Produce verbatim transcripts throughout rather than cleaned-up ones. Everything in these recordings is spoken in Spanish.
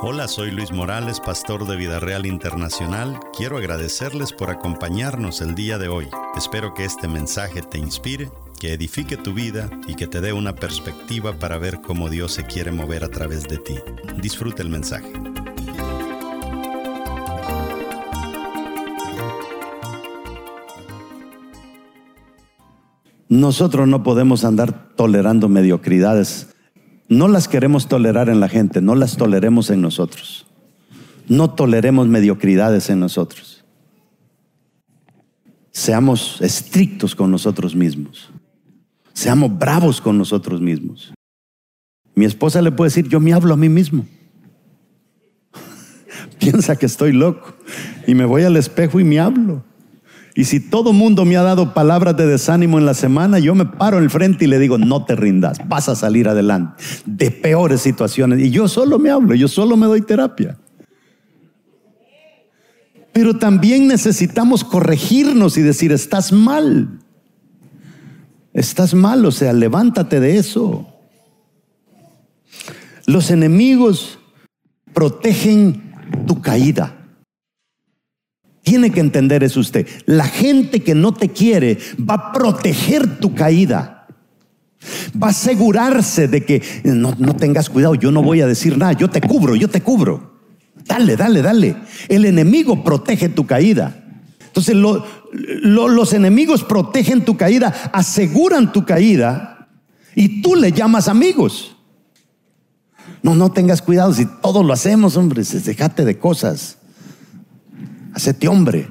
Hola, soy Luis Morales, pastor de Vida Real Internacional. Quiero agradecerles por acompañarnos el día de hoy. Espero que este mensaje te inspire, que edifique tu vida y que te dé una perspectiva para ver cómo Dios se quiere mover a través de ti. Disfruta el mensaje. Nosotros no podemos andar tolerando mediocridades. No las queremos tolerar en la gente, no las toleremos en nosotros. No toleremos mediocridades en nosotros. Seamos estrictos con nosotros mismos. Seamos bravos con nosotros mismos. Mi esposa le puede decir, yo me hablo a mí mismo. Piensa que estoy loco y me voy al espejo y me hablo. Y si todo mundo me ha dado palabras de desánimo en la semana, yo me paro en el frente y le digo, no te rindas, vas a salir adelante de peores situaciones. Y yo solo me hablo, yo solo me doy terapia. Pero también necesitamos corregirnos y decir, estás mal. Estás mal, o sea, levántate de eso. Los enemigos protegen tu caída. Tiene que entender eso usted. La gente que no te quiere va a proteger tu caída. Va a asegurarse de que no, no tengas cuidado, yo no voy a decir nada, yo te cubro, yo te cubro. Dale, dale, dale. El enemigo protege tu caída. Entonces lo, lo, los enemigos protegen tu caída, aseguran tu caída y tú le llamas amigos. No, no tengas cuidado, si todos lo hacemos, hombre, déjate de cosas. Hacete hombre.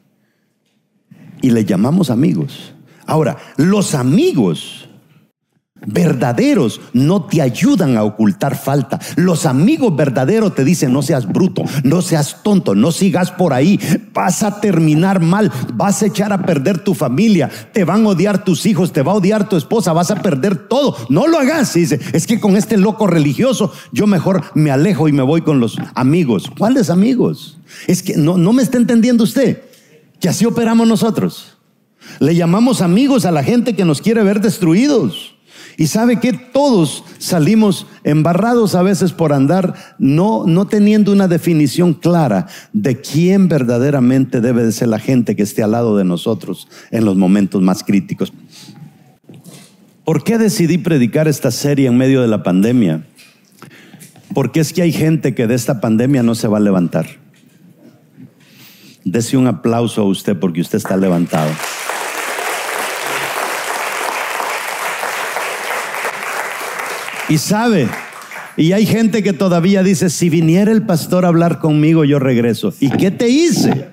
Y le llamamos amigos. Ahora, los amigos verdaderos no te ayudan a ocultar falta. Los amigos verdaderos te dicen, no seas bruto, no seas tonto, no sigas por ahí, vas a terminar mal, vas a echar a perder tu familia, te van a odiar tus hijos, te va a odiar tu esposa, vas a perder todo. No lo hagas. Y dice, es que con este loco religioso yo mejor me alejo y me voy con los amigos. ¿Cuáles amigos? Es que no, no me está entendiendo usted, que así operamos nosotros. Le llamamos amigos a la gente que nos quiere ver destruidos. Y sabe que todos salimos embarrados a veces por andar no, no teniendo una definición clara de quién verdaderamente debe de ser la gente que esté al lado de nosotros en los momentos más críticos. ¿Por qué decidí predicar esta serie en medio de la pandemia? Porque es que hay gente que de esta pandemia no se va a levantar. Dese un aplauso a usted porque usted está levantado. Y sabe, y hay gente que todavía dice, si viniera el pastor a hablar conmigo, yo regreso. ¿Y qué te hice?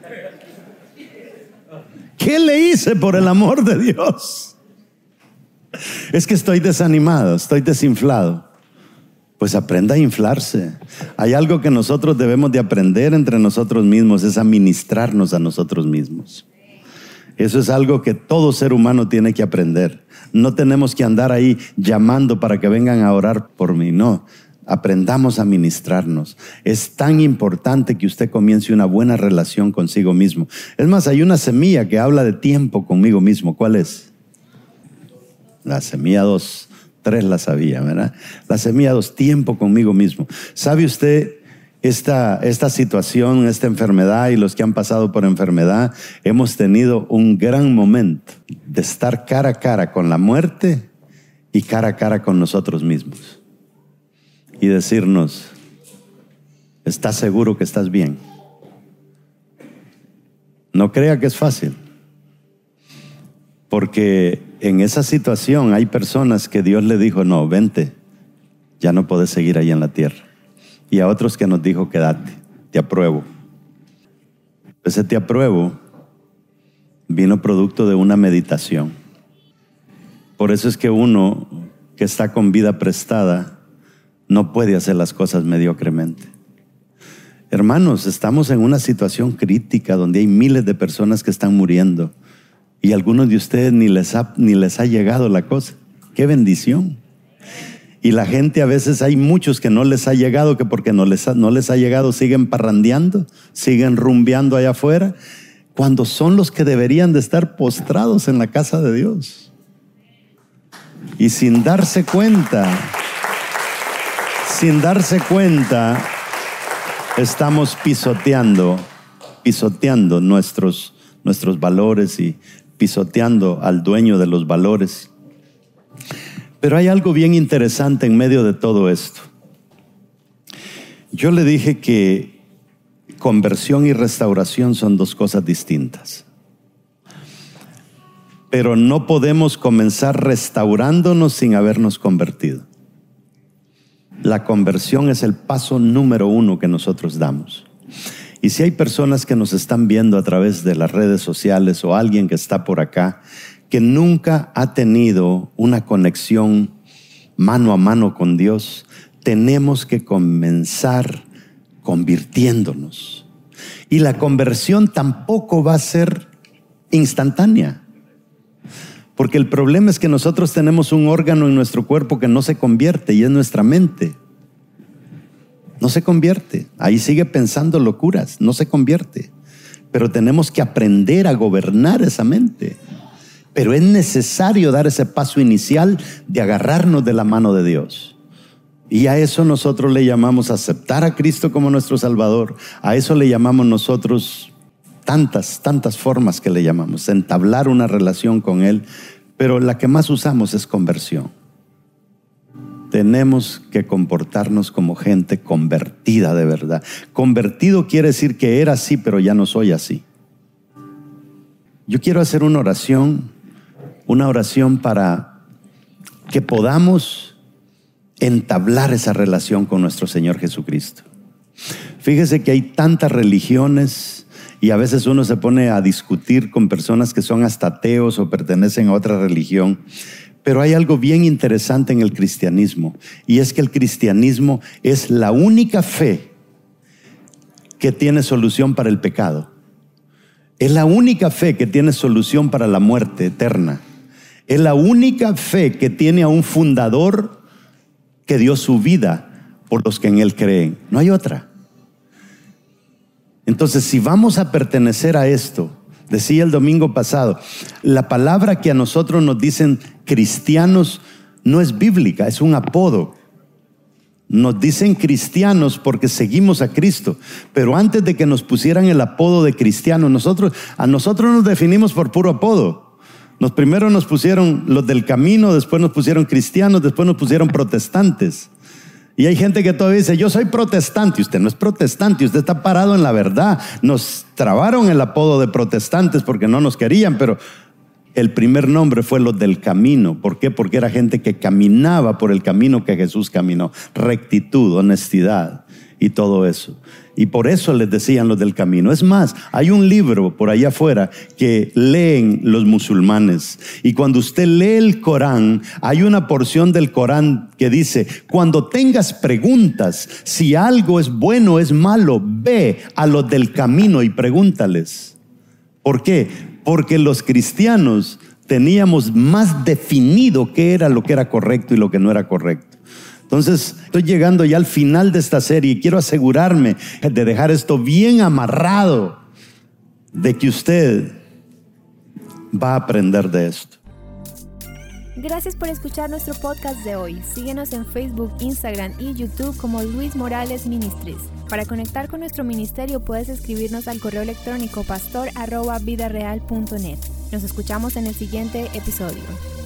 ¿Qué le hice por el amor de Dios? Es que estoy desanimado, estoy desinflado. Pues aprenda a inflarse. Hay algo que nosotros debemos de aprender entre nosotros mismos, es a ministrarnos a nosotros mismos. Eso es algo que todo ser humano tiene que aprender. No tenemos que andar ahí llamando para que vengan a orar por mí. No, aprendamos a ministrarnos. Es tan importante que usted comience una buena relación consigo mismo. Es más, hay una semilla que habla de tiempo conmigo mismo. ¿Cuál es? La semilla dos. Tres la sabía, ¿verdad? La semilla dos, tiempo conmigo mismo. ¿Sabe usted esta, esta situación, esta enfermedad y los que han pasado por enfermedad? Hemos tenido un gran momento de estar cara a cara con la muerte y cara a cara con nosotros mismos. Y decirnos, ¿estás seguro que estás bien? No crea que es fácil. Porque en esa situación hay personas que Dios le dijo, no, vente, ya no podés seguir ahí en la tierra. Y a otros que nos dijo, quédate, te apruebo. Ese te apruebo vino producto de una meditación. Por eso es que uno que está con vida prestada no puede hacer las cosas mediocremente. Hermanos, estamos en una situación crítica donde hay miles de personas que están muriendo. Y a algunos de ustedes ni les ha, ni les ha llegado la cosa. ¡Qué bendición! Y la gente a veces hay muchos que no les ha llegado, que porque no les ha, no les ha llegado siguen parrandeando, siguen rumbeando allá afuera, cuando son los que deberían de estar postrados en la casa de Dios. Y sin darse cuenta, sin darse cuenta, estamos pisoteando, pisoteando nuestros, nuestros valores y pisoteando al dueño de los valores. Pero hay algo bien interesante en medio de todo esto. Yo le dije que conversión y restauración son dos cosas distintas. Pero no podemos comenzar restaurándonos sin habernos convertido. La conversión es el paso número uno que nosotros damos. Y si hay personas que nos están viendo a través de las redes sociales o alguien que está por acá que nunca ha tenido una conexión mano a mano con Dios, tenemos que comenzar convirtiéndonos. Y la conversión tampoco va a ser instantánea. Porque el problema es que nosotros tenemos un órgano en nuestro cuerpo que no se convierte y es nuestra mente. No se convierte. Ahí sigue pensando locuras, no se convierte. Pero tenemos que aprender a gobernar esa mente. Pero es necesario dar ese paso inicial de agarrarnos de la mano de Dios. Y a eso nosotros le llamamos aceptar a Cristo como nuestro Salvador. A eso le llamamos nosotros tantas, tantas formas que le llamamos, entablar una relación con Él. Pero la que más usamos es conversión. Tenemos que comportarnos como gente convertida de verdad. Convertido quiere decir que era así, pero ya no soy así. Yo quiero hacer una oración, una oración para que podamos entablar esa relación con nuestro Señor Jesucristo. Fíjese que hay tantas religiones y a veces uno se pone a discutir con personas que son hasta ateos o pertenecen a otra religión. Pero hay algo bien interesante en el cristianismo, y es que el cristianismo es la única fe que tiene solución para el pecado. Es la única fe que tiene solución para la muerte eterna. Es la única fe que tiene a un fundador que dio su vida por los que en Él creen. No hay otra. Entonces, si vamos a pertenecer a esto, decía el domingo pasado, la palabra que a nosotros nos dicen cristianos no es bíblica, es un apodo. Nos dicen cristianos porque seguimos a Cristo, pero antes de que nos pusieran el apodo de cristianos, nosotros, a nosotros nos definimos por puro apodo. Nos primero nos pusieron los del camino, después nos pusieron cristianos, después nos pusieron protestantes. Y hay gente que todavía dice, yo soy protestante. Usted no es protestante, usted está parado en la verdad. Nos trabaron el apodo de protestantes porque no nos querían, pero el primer nombre fue los del camino. ¿Por qué? Porque era gente que caminaba por el camino que Jesús caminó. Rectitud, honestidad y todo eso. Y por eso les decían los del camino. Es más, hay un libro por allá afuera que leen los musulmanes. Y cuando usted lee el Corán, hay una porción del Corán que dice, cuando tengas preguntas, si algo es bueno o es malo, ve a los del camino y pregúntales. ¿Por qué? Porque los cristianos teníamos más definido qué era lo que era correcto y lo que no era correcto. Entonces, estoy llegando ya al final de esta serie y quiero asegurarme de dejar esto bien amarrado, de que usted va a aprender de esto. Gracias por escuchar nuestro podcast de hoy. Síguenos en Facebook, Instagram y YouTube como Luis Morales Ministries. Para conectar con nuestro ministerio puedes escribirnos al correo electrónico pastor arroba vida real punto net. Nos escuchamos en el siguiente episodio.